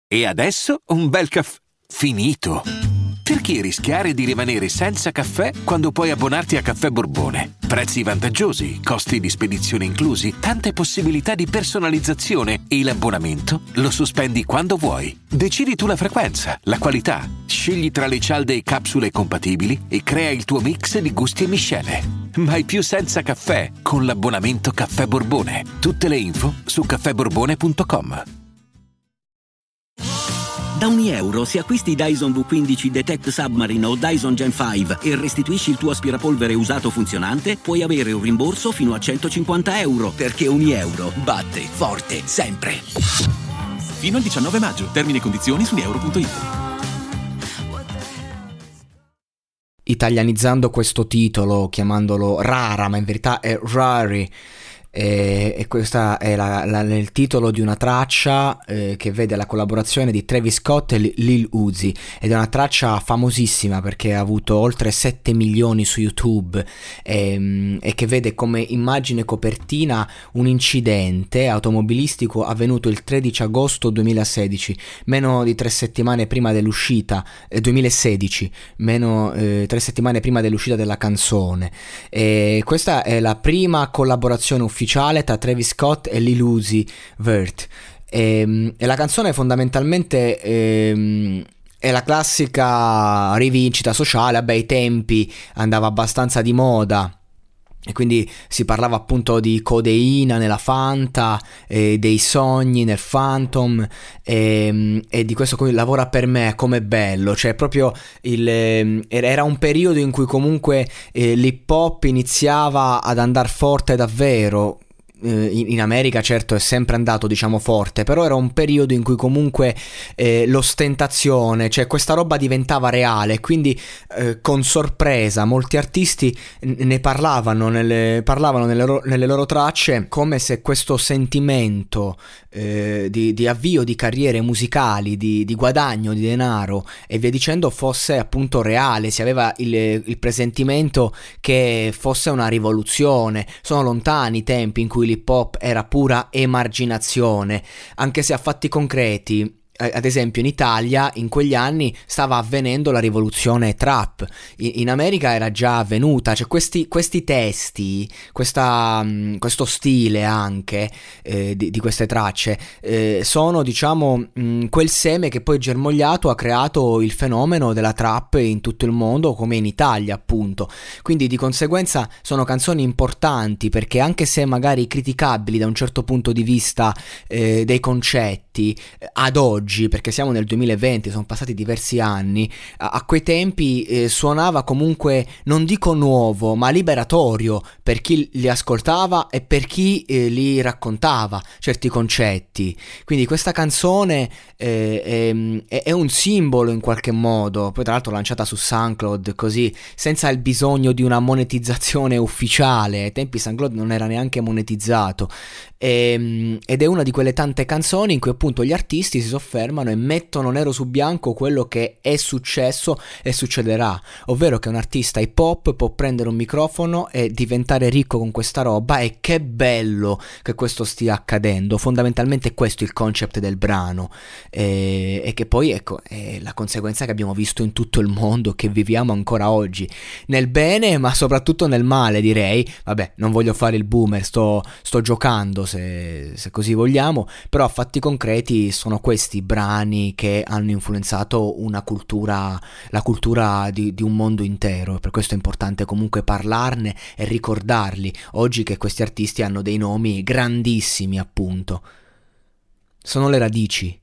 E adesso un bel caffè finito. Perché rischiare di rimanere senza caffè quando puoi abbonarti a Caffè Borbone? Prezzi vantaggiosi, costi di spedizione inclusi, tante possibilità di personalizzazione e l'abbonamento lo sospendi quando vuoi. Decidi tu la frequenza, la qualità, scegli tra le cialde e capsule compatibili e crea il tuo mix di gusti e miscele. Mai più senza caffè con l'abbonamento Caffè Borbone. Tutte le info su caffèborbone.com. Da €1 se acquisti Dyson V15 Detect Submarine o Dyson Gen 5 e restituisci il tuo aspirapolvere usato funzionante, puoi avere un rimborso fino a €150, perché €1 batte forte sempre. Fino al 19 maggio. Termini e condizioni su euro.it. Italianizzando questo titolo, chiamandolo Rara, ma in verità è Rari. E questo è il titolo di una traccia che vede la collaborazione di Travis Scott e Lil Uzi, ed è una traccia famosissima perché ha avuto oltre 7 milioni su YouTube, e che vede come immagine copertina un incidente automobilistico avvenuto il 13 agosto 2016, meno di 3 settimane prima dell'uscita 2016, meno 3 settimane prima dell'uscita della canzone. E questa è la prima collaborazione ufficiale tra Travis Scott e Lil Uzi Vert, e la canzone fondamentalmente è la classica rivincita sociale. Vabbè, ai tempi andava abbastanza di moda e quindi si parlava appunto di codeina nella Fanta, dei sogni nel Phantom, e di questo qui lavora per me, com'è bello, cioè proprio era un periodo in cui comunque l'hip hop iniziava ad andare forte davvero. In America certo è sempre andato, diciamo, forte, però era un periodo in cui comunque l'ostentazione, cioè questa roba diventava reale, quindi con sorpresa molti artisti ne parlavano nelle loro tracce, come se questo sentimento di avvio di carriere musicali, di guadagno di denaro e via dicendo fosse appunto reale. Si aveva il presentimento che fosse una rivoluzione. Sono lontani i tempi in cui l'hip hop era pura emarginazione, anche se a fatti concreti. Ad esempio in Italia in quegli anni stava avvenendo la rivoluzione trap, in America era già avvenuta, cioè questi testi, questo stile anche di queste tracce sono, diciamo, quel seme che poi germogliato ha creato il fenomeno della trap in tutto il mondo, come in Italia appunto. Quindi di conseguenza sono canzoni importanti, perché anche se magari criticabili da un certo punto di vista dei concetti ad oggi, perché siamo nel 2020, sono passati diversi anni, a quei tempi suonava comunque, non dico nuovo, ma liberatorio per chi li ascoltava e per chi li raccontava certi concetti. Quindi questa canzone è un simbolo in qualche modo, poi tra l'altro lanciata su SoundCloud così, senza il bisogno di una monetizzazione ufficiale. Ai tempi SoundCloud non era neanche monetizzato, ed è una di quelle tante canzoni in cui appunto gli artisti si soffermano e mettono nero su bianco quello che è successo e succederà, ovvero che un artista hip hop può prendere un microfono e diventare ricco con questa roba, e che bello che questo stia accadendo. Fondamentalmente questo è il concept del brano, e che poi ecco è la conseguenza che abbiamo visto in tutto il mondo, che viviamo ancora oggi, nel bene ma soprattutto nel male, direi. Vabbè, non voglio fare il boomer, sto giocando, se così vogliamo, però a fatti concreti sono questi brani che hanno influenzato la cultura di un mondo intero, e per questo è importante comunque parlarne e ricordarli oggi, che questi artisti hanno dei nomi grandissimi appunto. Sono le radici.